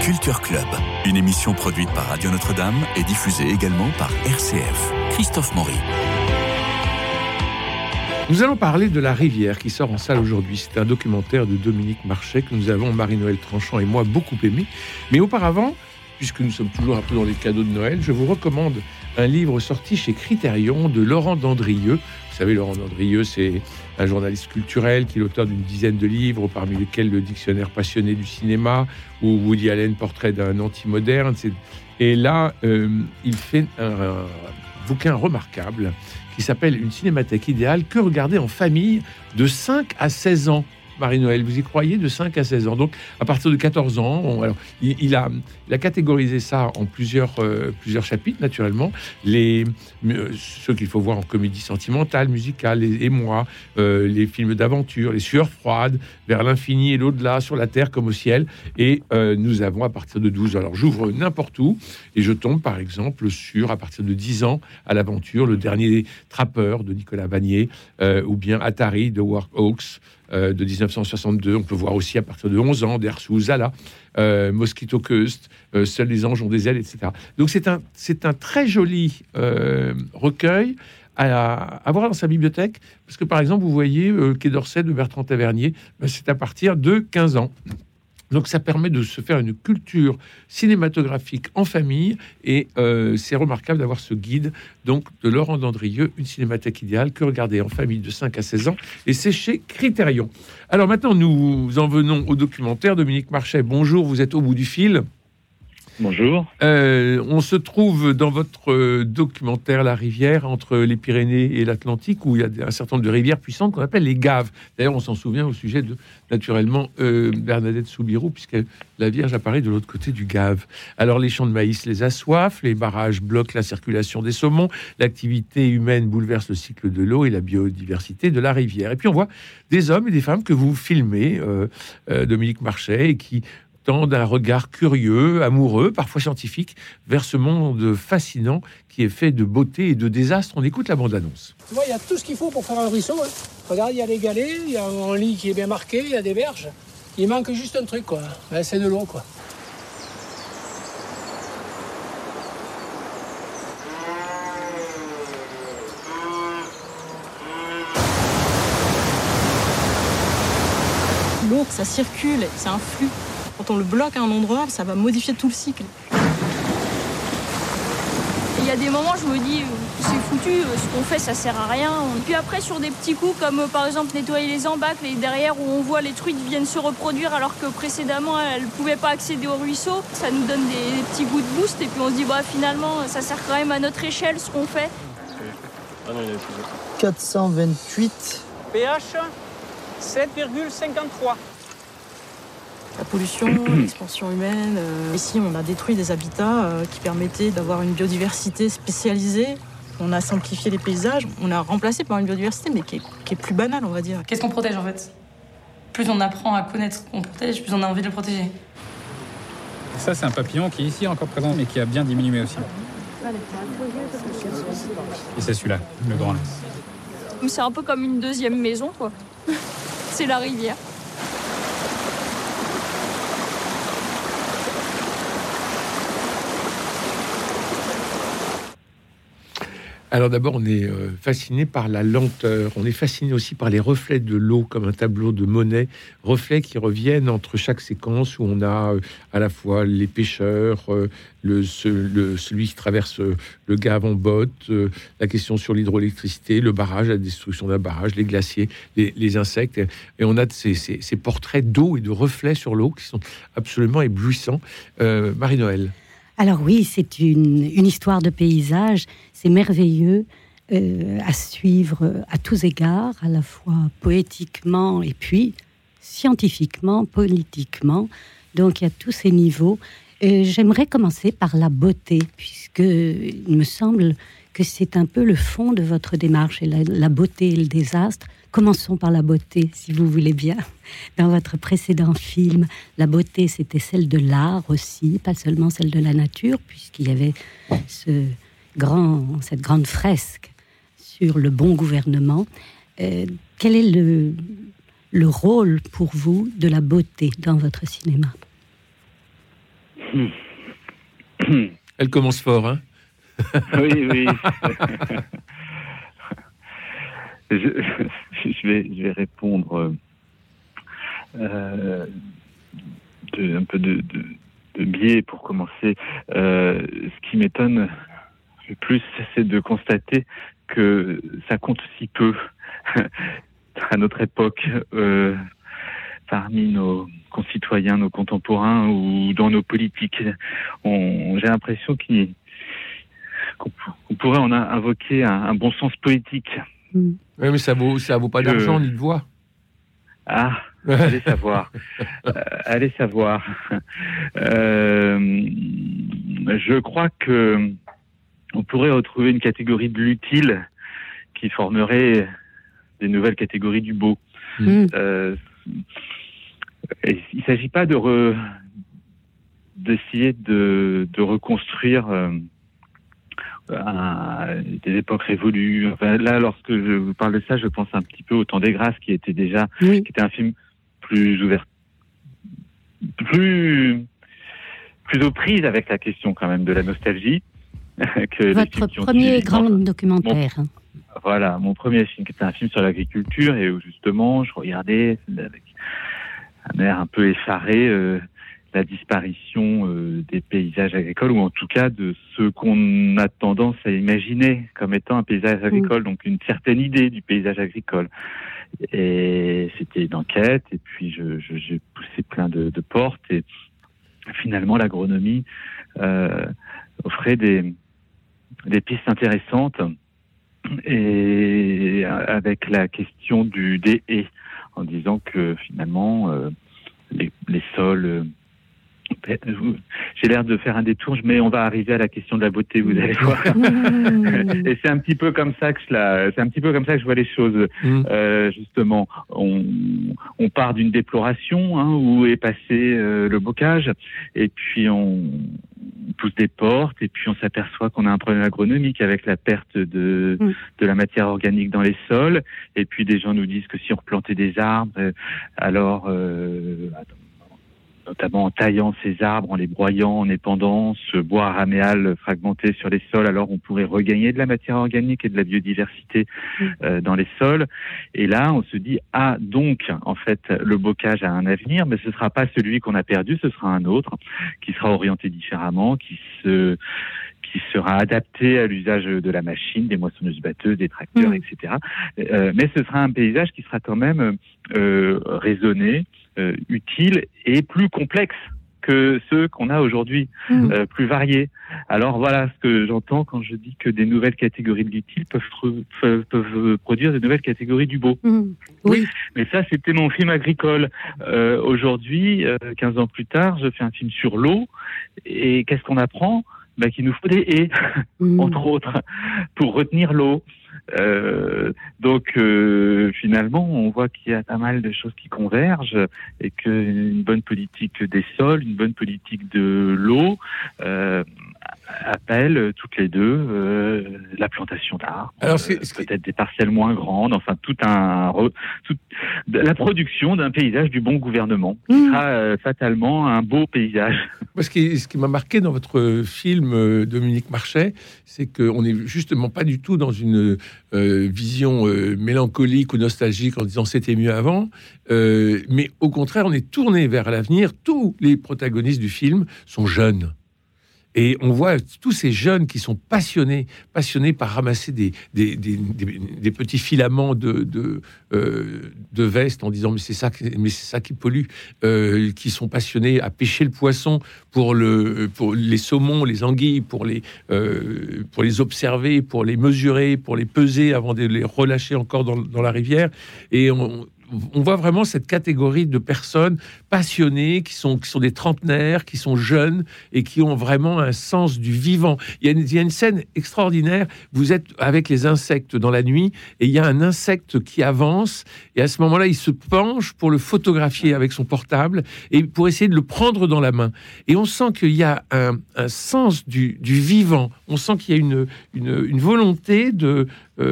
Culture Club, une émission produite par Radio Notre-Dame et diffusée également par RCF. Christophe Maury. Nous allons parler de La Rivière qui sort en salle aujourd'hui. C'est un documentaire de Dominique Marchais que nous avons, Marie-Noël Tranchant et moi, beaucoup aimé. Mais auparavant, puisque nous sommes toujours un peu dans les cadeaux de Noël, je vous recommande un livre sorti chez Criterion de Laurent Dandrieux. Vous savez, Laurent Dandrieux, c'est un journaliste culturel qui est l'auteur d'une dizaine de livres, parmi lesquels Le Dictionnaire passionné du cinéma ou Woody Allen, Portrait d'un anti-moderne. Et là, il fait un bouquin remarquable qui s'appelle Une cinémathèque idéale que regarder en famille de 5 à 16 ans. Marie-Noël, vous y croyez, de 5 à 16 ans. Donc, à partir de 14 ans, il a catégorisé ça en plusieurs chapitres, naturellement. Ceux qu'il faut voir en comédie sentimentale, musicale, émoi, les films d'aventure, les sueurs froides, vers l'infini et l'au-delà, sur la terre comme au ciel. Et nous avons à partir de 12 ans. Alors, j'ouvre n'importe où et je tombe, par exemple, sur, à partir de 10 ans, à l'aventure, Le Dernier Trappeur de Nicolas Vanier, ou bien Atari de Howard Hawks, de 1962. On peut voir aussi à partir de 11 ans Dersu Zala, Mosquito Coast, Seuls les anges ont des ailes, etc. Donc c'est un très joli recueil à avoir dans sa bibliothèque, parce que par exemple vous voyez Quai d'Orsay de Bertrand Tavernier, c'est à partir de 15 ans. Donc ça permet de se faire une culture cinématographique en famille, et c'est remarquable d'avoir ce guide donc de Laurent Dandrieux, Une cinémathèque idéale que regarder en famille de 5 à 16 ans, et c'est chez Criterion. Alors maintenant nous en venons au documentaire. Dominique Marchais, bonjour, vous êtes au bout du fil. Bonjour. On se trouve dans votre documentaire La Rivière, entre les Pyrénées et l'Atlantique, où il y a un certain nombre de rivières puissantes qu'on appelle les gaves. D'ailleurs, on s'en souvient au sujet de, naturellement, Bernadette Soubirous, puisque la Vierge apparaît de l'autre côté du Gave. Alors, les champs de maïs les assoiffent, les barrages bloquent la circulation des saumons, l'activité humaine bouleverse le cycle de l'eau et la biodiversité de la rivière. Et puis, on voit des hommes et des femmes que vous filmez, Dominique Marchais, et qui d'un regard curieux, amoureux, parfois scientifique, vers ce monde fascinant qui est fait de beauté et de désastre. On écoute la bande-annonce. Tu vois, il y a tout ce qu'il faut pour faire un ruisseau. Hein. Regarde, il y a les galets, il y a un lit qui est bien marqué, il y a des berges. Il manque juste un truc, quoi. Ben, c'est de l'eau, quoi. L'eau, ça circule, c'est un flux. Quand on le bloque à un endroit, ça va modifier tout le cycle. Il y a des moments, je me dis, c'est foutu, ce qu'on fait, ça sert à rien. Puis après, sur des petits coups, comme par exemple nettoyer les embâcles, et derrière où on voit les truites viennent se reproduire alors que précédemment, elles ne pouvaient pas accéder au ruisseau, ça nous donne des petits goûts de boost. Et puis on se dit, finalement, ça sert quand même à notre échelle, ce qu'on fait. 428. pH 7,53. La pollution, l'expansion humaine. Ici, on a détruit des habitats qui permettaient d'avoir une biodiversité spécialisée. On a simplifié les paysages. On a remplacé par une biodiversité, mais qui est plus banale, on va dire. Qu'est-ce qu'on protège, en fait ? Plus on apprend à connaître ce qu'on protège, plus on a envie de le protéger. Ça, c'est un papillon qui est ici encore présent, mais qui a bien diminué aussi. Et c'est celui-là, le grand. C'est un peu comme une deuxième maison, quoi. C'est la rivière. Alors d'abord, on est fasciné par la lenteur. On est fasciné aussi par les reflets de l'eau, comme un tableau de Monet. Reflets qui reviennent entre chaque séquence, où on a à la fois les pêcheurs, celui qui traverse le Gave en botte, la question sur l'hydroélectricité, le barrage, la destruction d'un barrage, les glaciers, les insectes. Et on a ces portraits d'eau et de reflets sur l'eau qui sont absolument éblouissants. Marie-Noël. Alors oui, c'est une histoire de paysage, c'est merveilleux à suivre à tous égards, à la fois poétiquement et puis scientifiquement, politiquement. Donc il y a tous ces niveaux. J'aimerais commencer par la beauté, puisque il me semble que c'est un peu le fond de votre démarche, et la beauté et le désastre. Commençons par la beauté, si vous voulez bien. Dans votre précédent film, la beauté, c'était celle de l'art aussi, pas seulement celle de la nature, puisqu'il y avait cette grande fresque sur le bon gouvernement. Quel est le rôle pour vous de la beauté dans votre cinéma ? Elle commence fort, hein? Oui. Je vais répondre un peu de biais pour commencer. Ce qui m'étonne le plus, c'est de constater que ça compte si peu à notre époque parmi nos concitoyens, nos contemporains ou dans nos politiques. J'ai l'impression qu'on pourrait en invoquer un bon sens poétique. Oui, mais ça vaut pas d'argent ni de voix. Ah, allez savoir. Allez savoir. Je crois que on pourrait retrouver une catégorie de l'utile qui formerait des nouvelles catégories du beau. Il ne s'agit pas d'essayer de reconstruire des époques révolues. Enfin, là, lorsque je vous parle de ça, je pense un petit peu au Temps des Grâces, qui était un film plus ouvert, plus aux prises avec la question quand même de la nostalgie. Que votre premier grand documentaire. Voilà, mon premier film, qui était un film sur l'agriculture, et où justement je regardais avec un air un peu effaré la disparition des paysages agricoles, ou en tout cas de ce qu'on a tendance à imaginer comme étant un paysage agricole, donc une certaine idée du paysage agricole. Et c'était une enquête, et puis j'ai poussé plein de portes, et finalement l'agronomie offrait des pistes intéressantes, et avec la question des haies, en disant que finalement les sols, j'ai l'air de faire un détour, mais on va arriver à la question de la beauté, vous allez voir. Et c'est un petit peu comme ça que je vois les choses. Justement, on part d'une déploration, où est passé le bocage, et puis on pousse des portes, et puis on s'aperçoit qu'on a un problème agronomique avec la perte de la matière organique dans les sols, et puis des gens nous disent que si on replantait des arbres, alors notamment en taillant ces arbres, en les broyant, en épandant, ce bois araméal fragmenté sur les sols, alors on pourrait regagner de la matière organique et de la biodiversité dans les sols. Et là, on se dit, donc, en fait, le bocage a un avenir, mais ce ne sera pas celui qu'on a perdu, ce sera un autre, qui sera orienté différemment, qui sera adapté à l'usage de la machine, des moissonneuses-batteuses, des tracteurs, etc. Mais ce sera un paysage qui sera quand même raisonné, utile et plus complexe que ceux qu'on a aujourd'hui, plus variés. Alors voilà ce que j'entends quand je dis que des nouvelles catégories de l'utile peuvent produire des nouvelles catégories du beau. Oui. Mais ça, c'était mon film agricole. Aujourd'hui, 15 ans plus tard, je fais un film sur l'eau, et qu'est-ce qu'on apprend ? Qu'il nous faut des haies, entre autres, pour retenir l'eau. Donc finalement, on voit qu'il y a pas mal de choses qui convergent, et qu'une bonne politique des sols, une bonne politique de l'eau appelle toutes les deux la plantation d'arbres, peut-être des parcelles moins grandes, enfin la production d'un paysage du bon gouvernement, qui sera fatalement un beau paysage. Ce qui m'a marqué dans votre film, Dominique Marchais, c'est qu'on n'est justement pas du tout dans une vision mélancolique ou nostalgique en disant c'était mieux avant, mais au contraire, on est tourné vers l'avenir. Tous les protagonistes du film sont jeunes. Et on voit tous ces jeunes qui sont passionnés par ramasser des petits filaments de veste, en disant mais c'est ça qui pollue, qui sont passionnés à pêcher le poisson pour les saumons, les anguilles, pour les observer, pour les mesurer, pour les peser avant de les relâcher encore dans la rivière. Et on voit vraiment cette catégorie de personnes passionnées, qui sont des trentenaires, qui sont jeunes et qui ont vraiment un sens du vivant. Il y a une scène extraordinaire. Vous êtes avec les insectes dans la nuit, et il y a un insecte qui avance, et à ce moment-là, il se penche pour le photographier avec son portable et pour essayer de le prendre dans la main. Et on sent qu'il y a un sens du vivant. On sent qu'il y a une volonté de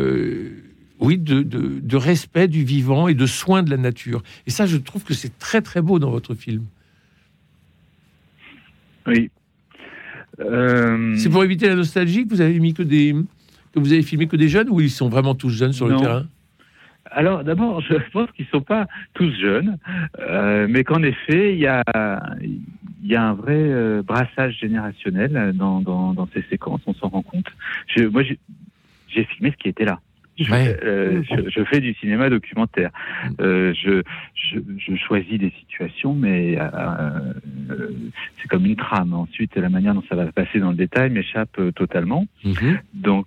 respect du vivant et de soin de la nature. Et ça, je trouve que c'est très, très beau dans votre film. Oui. C'est pour éviter la nostalgie que vous avez filmé que des jeunes, ou ils sont vraiment tous jeunes sur le terrain? Alors d'abord, je pense qu'ils ne sont pas tous jeunes, mais qu'en effet, il y a un vrai brassage générationnel dans ces séquences, on s'en rend compte. Moi, j'ai filmé ce qui était là. Je fais du cinéma documentaire. Je choisis des situations, mais c'est comme une trame. Ensuite, la manière dont ça va passer dans le détail m'échappe totalement. Donc,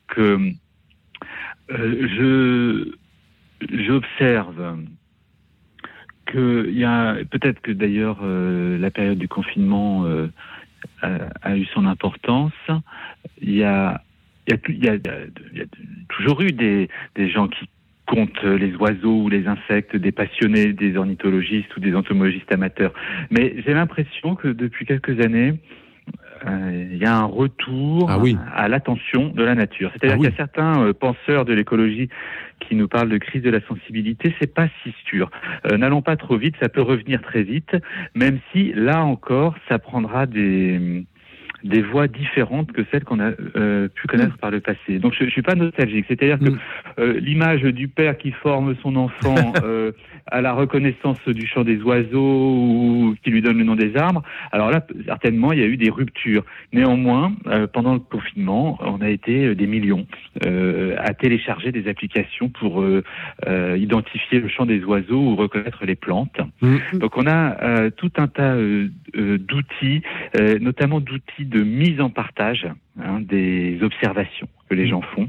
j'observe qu'il y a, peut-être que d'ailleurs la période du confinement a eu son importance. Il y a toujours eu des gens qui comptent les oiseaux ou les insectes, des passionnés, des ornithologistes ou des entomologistes amateurs. Mais j'ai l'impression que depuis quelques années, il y a un retour à l'attention de la nature. C'est-à-dire qu'il y a certains penseurs de l'écologie qui nous parlent de crise de la sensibilité. C'est pas si sûr. N'allons pas trop vite, ça peut revenir très vite, même si là encore, ça prendra des voies différentes que celles qu'on a pu connaître par le passé. Donc je suis pas nostalgique. C'est-à-dire que l'image du père qui forme son enfant à la reconnaissance du chant des oiseaux ou qui lui donne le nom des arbres, alors là, certainement, il y a eu des ruptures. Néanmoins, pendant le confinement, on a été des millions à télécharger des applications pour identifier le chant des oiseaux ou reconnaître les plantes. Donc on a tout un tas d'outils, notamment d'outils de mise en partage des observations que les gens font,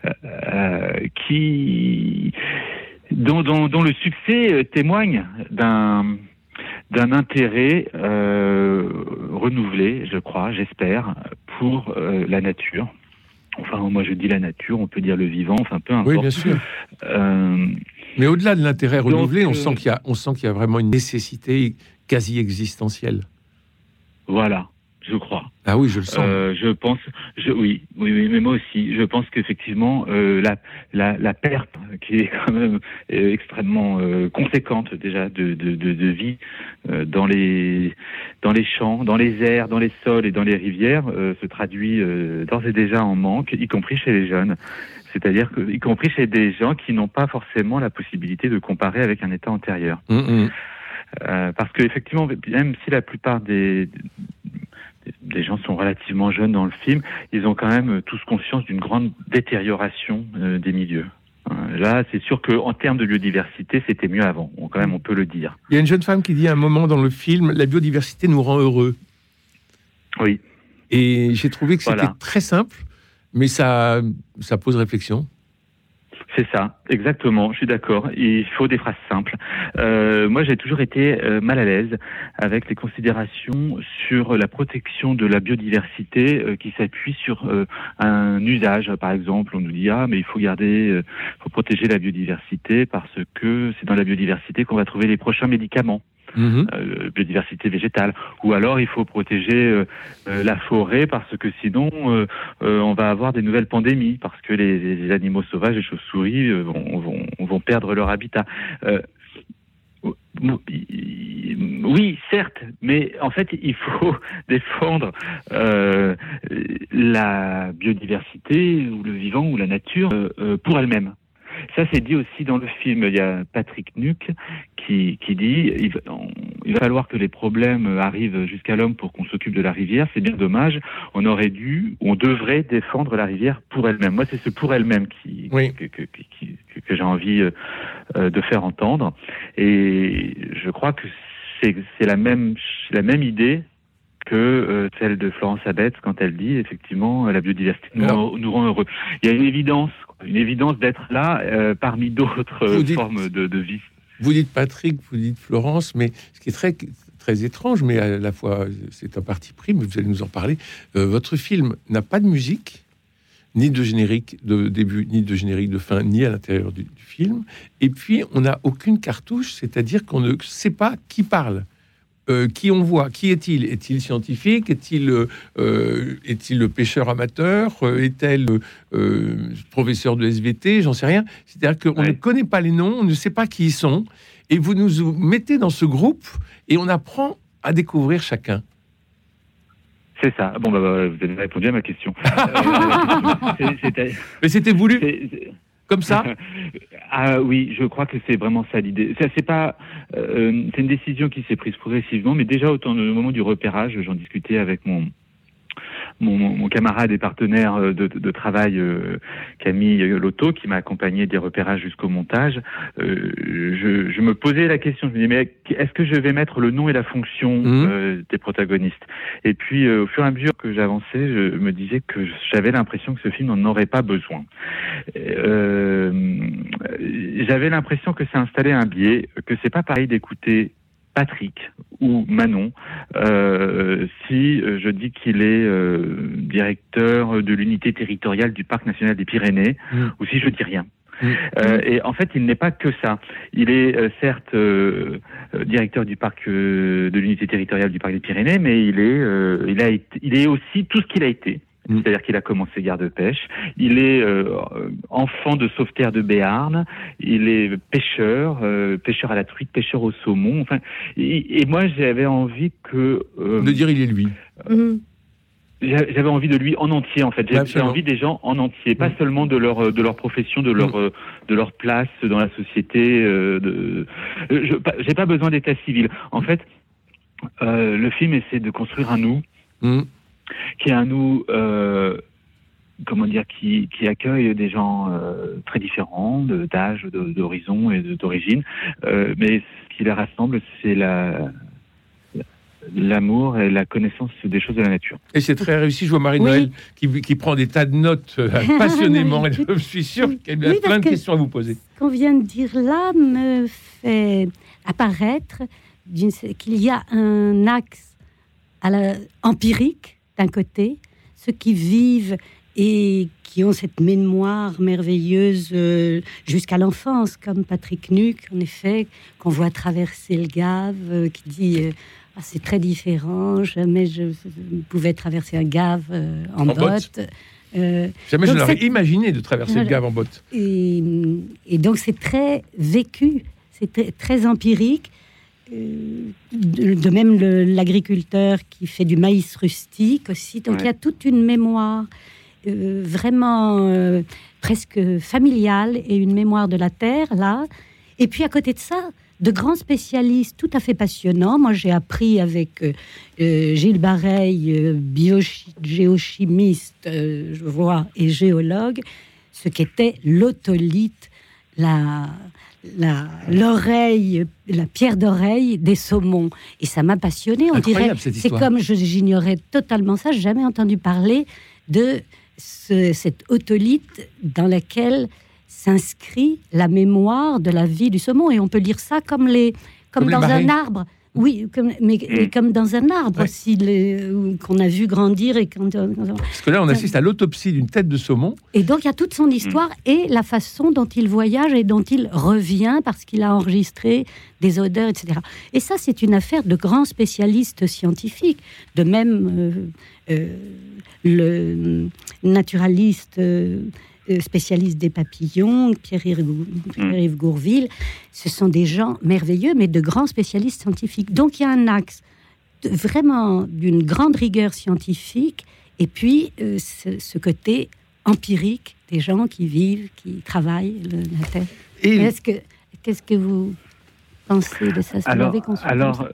dont le succès témoigne d'un intérêt renouvelé, je crois, j'espère, pour la nature. Enfin, moi je dis la nature, on peut dire le vivant, enfin peu importe. Oui, bien sûr. Mais au-delà de l'intérêt renouvelé, on sent qu'il y a vraiment une nécessité quasi existentielle. Voilà. Je crois. Ah oui, je le sens. Je pense, oui, mais moi aussi. Je pense qu'effectivement, la perte qui est quand même extrêmement conséquente déjà de vie dans les champs, dans les airs, dans les sols et dans les rivières se traduit d'ores et déjà en manque, y compris chez les jeunes. C'est-à-dire que, y compris chez des gens qui n'ont pas forcément la possibilité de comparer avec un état antérieur. Parce que effectivement, même si la plupart des gens sont relativement jeunes dans le film, ils ont quand même tous conscience d'une grande détérioration des milieux. Là, c'est sûr qu'en termes de biodiversité, c'était mieux avant. On peut le dire. Il y a une jeune femme qui dit à un moment dans le film, la biodiversité nous rend heureux. Oui. Et j'ai trouvé que c'était très simple, mais ça pose réflexion. C'est ça, exactement, je suis d'accord. Il faut des phrases simples. Moi, j'ai toujours été mal à l'aise avec les considérations sur la protection de la biodiversité qui s'appuie sur un usage. Par exemple, on nous dit mais il faut protéger la biodiversité parce que c'est dans la biodiversité qu'on va trouver les prochains médicaments. Biodiversité végétale, ou alors il faut protéger la forêt parce que sinon on va avoir des nouvelles pandémies parce que les animaux sauvages, les chauves-souris vont perdre leur habitat. Oui, certes, mais en fait, il faut défendre la biodiversité ou le vivant ou la nature pour elle-même. Ça, c'est dit aussi dans le film. Il y a Patrick Nuck qui dit il va falloir que les problèmes arrivent jusqu'à l'homme pour qu'on s'occupe de la rivière. C'est bien dommage. On devrait défendre la rivière pour elle-même. Moi, c'est ce pour elle-même que j'ai envie de faire entendre. Et je crois que c'est la même idée que celle de Florence Abetz quand elle dit effectivement la biodiversité nous rend heureux. Il y a une évidence d'être là parmi d'autres formes de vie. Vous dites Patrick, vous dites Florence, mais ce qui est très, très étrange, mais à la fois c'est un parti pris, mais vous allez nous en parler. Votre film n'a pas de musique, ni de générique de début, ni de générique de fin, ni à l'intérieur du film. Et puis on n'a aucune cartouche, c'est-à-dire qu'on ne sait pas qui parle. Qui on voit, qui est-il ? Est-il scientifique ? Est-il le pêcheur amateur ? Est-elle professeur de SVT ? J'en sais rien. C'est-à-dire qu'on ne connaît pas les noms, on ne sait pas qui ils sont, et vous nous mettez dans ce groupe et on apprend à découvrir chacun. C'est ça. Bon, vous avez répondu à ma question. Mais c'était voulu comme ça. Ah oui, je crois que c'est vraiment ça l'idée. Ça, c'est pas, c'est une décision qui s'est prise progressivement, mais déjà au moment du repérage, j'en discutais avec mon camarade et partenaire de travail, Camille Lotto, qui m'a accompagné des repérages jusqu'au montage. Je me posais la question, je me disais, mais est-ce que je vais mettre le nom et la fonction des protagonistes? Et puis, au fur et à mesure que j'avançais, je me disais que j'avais l'impression que ce film n'en aurait pas besoin. J'avais l'impression que ça installait un biais, que c'est pas pareil d'écouter Patrick ou Manon, si je dis qu'il est directeur de l'unité territoriale du Parc national des Pyrénées, ou si je dis rien. Et en fait, il n'est pas que ça. Il est certes directeur du parc de l'unité territoriale du Parc des Pyrénées, mais il est aussi tout ce qu'il a été. C'est-à-dire qu'il a commencé garde-pêche, il est enfant de sauveterre de Béarn, il est pêcheur à la truite, pêcheur au saumon. Enfin, et moi j'avais envie de dire il est lui. J'avais envie de lui en entier en fait. J'avais envie des gens en entier, pas seulement de leur profession, de leur place dans la société. J'ai pas besoin d'état civil. En fait, le film essaie de construire un nous. Qui est un nous, qui accueille des gens très différents, d'âge, d'horizon et d'origine, mais ce qui les rassemble, c'est l'amour et la connaissance des choses de la nature. Et c'est très réussi. Je vois Marie-Noël qui prend des tas de notes passionnément, et je suis sûr qu'elle a plein de questions à vous poser. Ce qu'on vient de dire là me fait apparaître qu'il y a un axe empirique, d'un côté, ceux qui vivent et qui ont cette mémoire merveilleuse jusqu'à l'enfance, comme Patrick Nuc, en effet, qu'on voit traverser le Gave, qui dit c'est très différent, jamais je pouvais traverser un Gave en botte. Jamais je n'aurais imaginé de traverser le Gave en botte. Et donc c'est très vécu, c'est très empirique. De même l'agriculteur qui fait du maïs rustique aussi. Donc il y a toute une mémoire vraiment presque familiale et une mémoire de la terre là. Et puis à côté de ça, de grands spécialistes tout à fait passionnants. Moi j'ai appris avec Gilles Bareil, géochimiste, je vois, et géologue, ce qu'était l'otolite, l'oreille, la pierre d'oreille des saumons. Et ça m'a passionnée. On dirait, c'est comme j'ignorais totalement ça. J'ai jamais entendu parler de cette otolite dans laquelle s'inscrit la mémoire de la vie du saumon. Et on peut lire ça comme dans un arbre. Oui, comme dans un arbre aussi, qu'on a vu grandir. Parce que là, on assiste à l'autopsie d'une tête de saumon. Et donc, il y a toute son histoire et la façon dont il voyage et dont il revient parce qu'il a enregistré des odeurs, etc. Et ça, c'est une affaire de grands spécialistes scientifiques. De même, le naturaliste... spécialiste des papillons, Pierre-Yves Gourville, ce sont des gens merveilleux, mais de grands spécialistes scientifiques. Donc il y a un axe vraiment d'une grande rigueur scientifique, et puis ce côté empirique des gens qui vivent, qui travaillent la terre. Qu'est-ce que vous pensez de ça? Alors,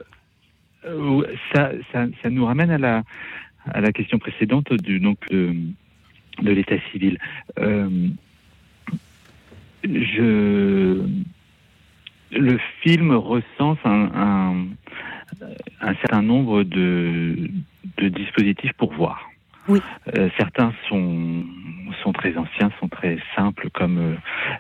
ça nous ramène à la question précédente de l'état civil. Le film recense un certain nombre de dispositifs pour voir. Oui. Certains sont très anciens, sont très simples, comme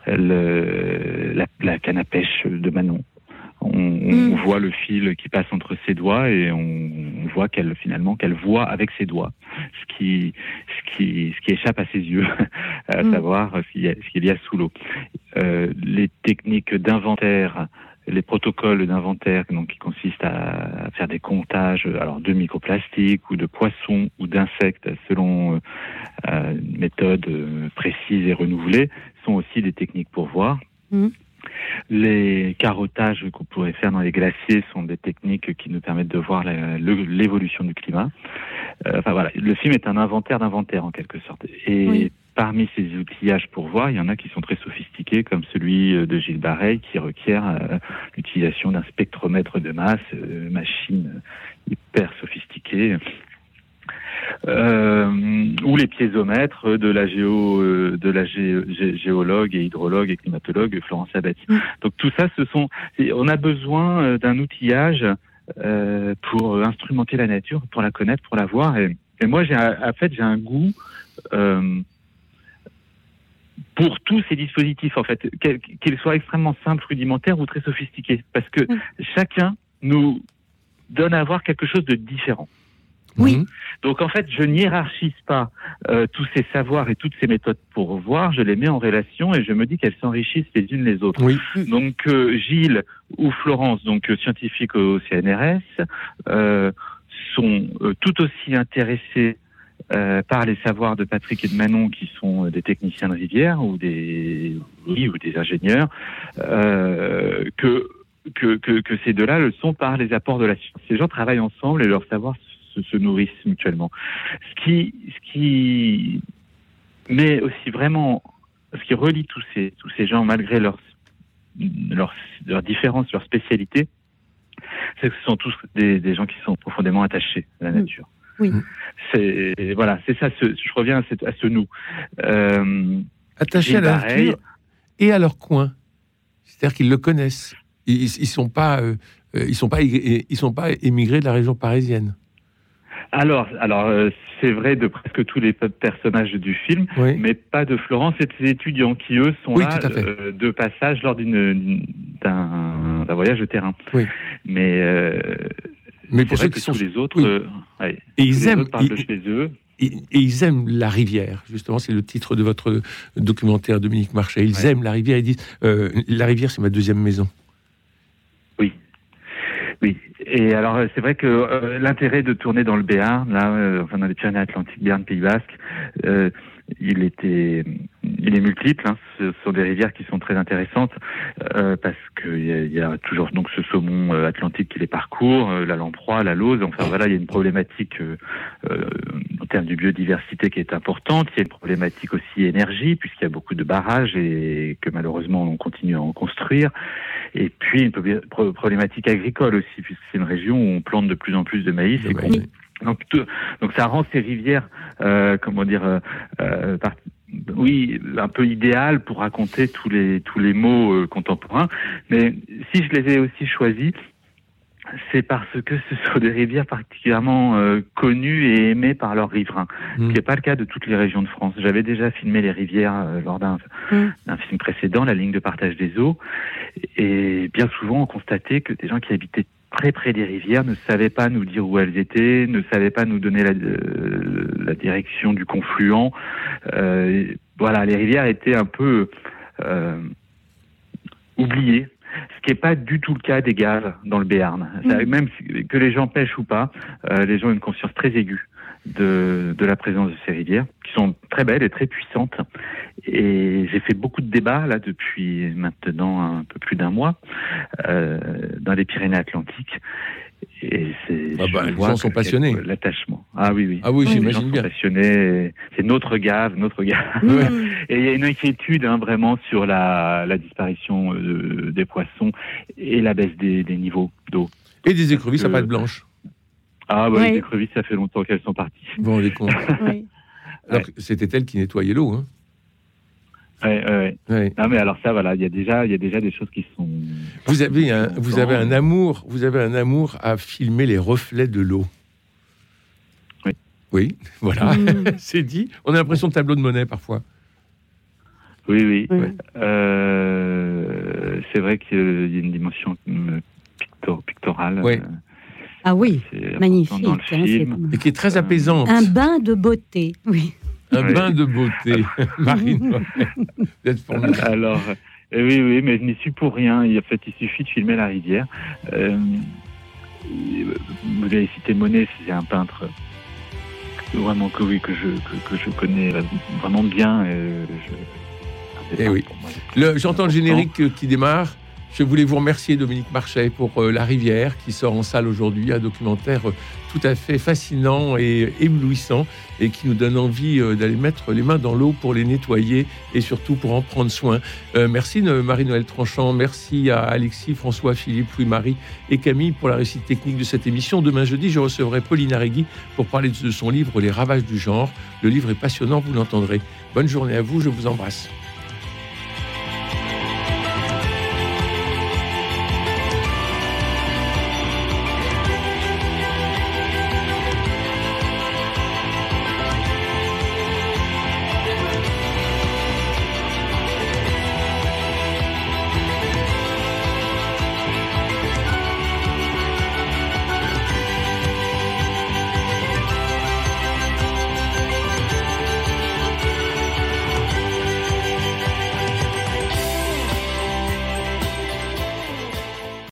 la canne à pêche de Manon. On voit le fil qui passe entre ses doigts et on voit qu'elle voit avec ses doigts ce qui échappe à ses yeux, à savoir ce qu'il y a sous l'eau. Les techniques d'inventaire, les protocoles d'inventaire, donc qui consistent à faire des comptages, alors de microplastiques ou de poissons ou d'insectes selon une méthode précise et renouvelée, sont aussi des techniques pour voir. Les carottages qu'on pourrait faire dans les glaciers sont des techniques qui nous permettent de voir l'évolution du climat. Enfin voilà, le film est un inventaire d'inventaire en quelque sorte. Et parmi ces outillages pour voir, il y en a qui sont très sophistiqués, comme celui de Gilles Bareil, qui requiert l'utilisation d'un spectromètre de masse, machine hyper sophistiquée. Ou les piézomètres de la géologue et hydrologue et climatologue Florence Sabatier. Donc tout ça, on a besoin d'un outillage pour instrumenter la nature, pour la connaître, pour la voir. Et moi, j'ai un goût pour tous ces dispositifs, en fait, qu'ils soient extrêmement simples, rudimentaires ou très sophistiqués, parce que chacun nous donne à voir quelque chose de différent. Oui. Donc en fait, je n'hiérarchise pas tous ces savoirs et toutes ces méthodes pour voir, je les mets en relation et je me dis qu'elles s'enrichissent les unes les autres. Oui. Donc Gilles ou Florence, donc scientifiques au CNRS, sont tout aussi intéressés par les savoirs de Patrick et de Manon, qui sont des techniciens de rivière ou des ingénieurs, que ces deux-là le sont par les apports de la science. Ces gens travaillent ensemble et leurs savoirs se nourrissent mutuellement. Ce qui met aussi vraiment, ce qui relie tous ces gens, malgré leurs différences, leurs spécialités, c'est que ce sont tous des gens qui sont profondément attachés à la nature. Oui. C'est ça. Je reviens à ce nous. Attachés à la nature et à leur coin. C'est-à-dire qu'ils le connaissent. Ils sont pas émigrés de la région parisienne. Alors, c'est vrai de presque tous les personnages du film, mais pas de Florence et de ses étudiants qui, eux, sont là de passage lors d'un voyage de terrain. Oui. Mais pour ceux qui sont les autres, et ils aiment chez eux. Et ils aiment la rivière, justement, c'est le titre de votre documentaire, Dominique Marchais. Ils aiment la rivière, ils disent la rivière, c'est ma deuxième maison. Oui. Et alors, c'est vrai que l'intérêt de tourner dans le Béarn, dans les Pyrénées-Atlantiques, Béarn, Pays Basque, il est multiple. Ce sont des rivières qui sont très intéressantes parce qu'il y a toujours donc ce saumon atlantique qui les parcourt, la lamproie, la lauze. Enfin voilà, il y a une problématique en termes de biodiversité qui est importante. Il y a une problématique aussi énergie puisqu'il y a beaucoup de barrages et que malheureusement on continue à en construire. Et puis une problématique agricole aussi puisque c'est une région où on plante de plus en plus de maïs. Donc ça rend ces rivières, un peu idéales pour raconter tous les mots contemporains. Mais si je les ai aussi choisis, c'est parce que ce sont des rivières particulièrement connues et aimées par leurs riverains, ce qui n'est pas le cas de toutes les régions de France. J'avais déjà filmé les rivières lors d'un film précédent, La ligne de partage des eaux, et bien souvent on constatait que des gens qui habitaient très près des rivières ne savaient pas nous dire où elles étaient, ne savaient pas nous donner la direction du confluent. Les rivières étaient un peu oubliées. Ce qui n'est pas du tout le cas des gaves dans le Béarn. Même que les gens pêchent ou pas, les gens ont une conscience très aiguë de la présence de ces rivières, qui sont très belles et très puissantes. Et j'ai fait beaucoup de débats, là, depuis maintenant un peu plus d'un mois, dans les Pyrénées-Atlantiques. Et les gens sont passionnés. L'attachement. Ah oui. Ah oui, j'imagine bien. Les gens sont passionnés. C'est notre gave. Et il y a une inquiétude, vraiment, sur la disparition des poissons et la baisse des niveaux d'eau. Et des écrevisses à pattes blanches. Ah les écrevisses, ça fait longtemps qu'elles sont parties. Bon, les comptes. Alors, c'était elle qui nettoyait l'eau, hein. Ouais. Non mais alors ça, voilà, il y a déjà des choses qui sont. Vous avez un amour à filmer les reflets de l'eau. Oui, voilà, c'est dit. On a l'impression de tableau de Monet parfois. Oui. C'est vrai qu'il y a une dimension pictorale. Oui. Ah oui, magnifique. Dans le film. Et qui est très apaisante. Un bain de beauté, oui. Un bain de beauté, Marine. Alors, oui, mais je n'y suis pour rien. En fait, il suffit de filmer la rivière. Vous avez cité Monet, c'est un peintre vraiment que je connais vraiment bien. Eh oui. J'entends le générique qui démarre. Je voulais vous remercier, Dominique Marchais, pour La Rivière, qui sort en salle aujourd'hui, un documentaire tout à fait fascinant et éblouissant, et qui nous donne envie d'aller mettre les mains dans l'eau pour les nettoyer et surtout pour en prendre soin. Merci Marie-Noëlle Tranchant, merci à Alexis, François, Philippe, Louis-Marie et Camille pour la réussite technique de cette émission. Demain jeudi, je recevrai Pauline Arregui pour parler de son livre « Les ravages du genre ». Le livre est passionnant, vous l'entendrez. Bonne journée à vous, je vous embrasse.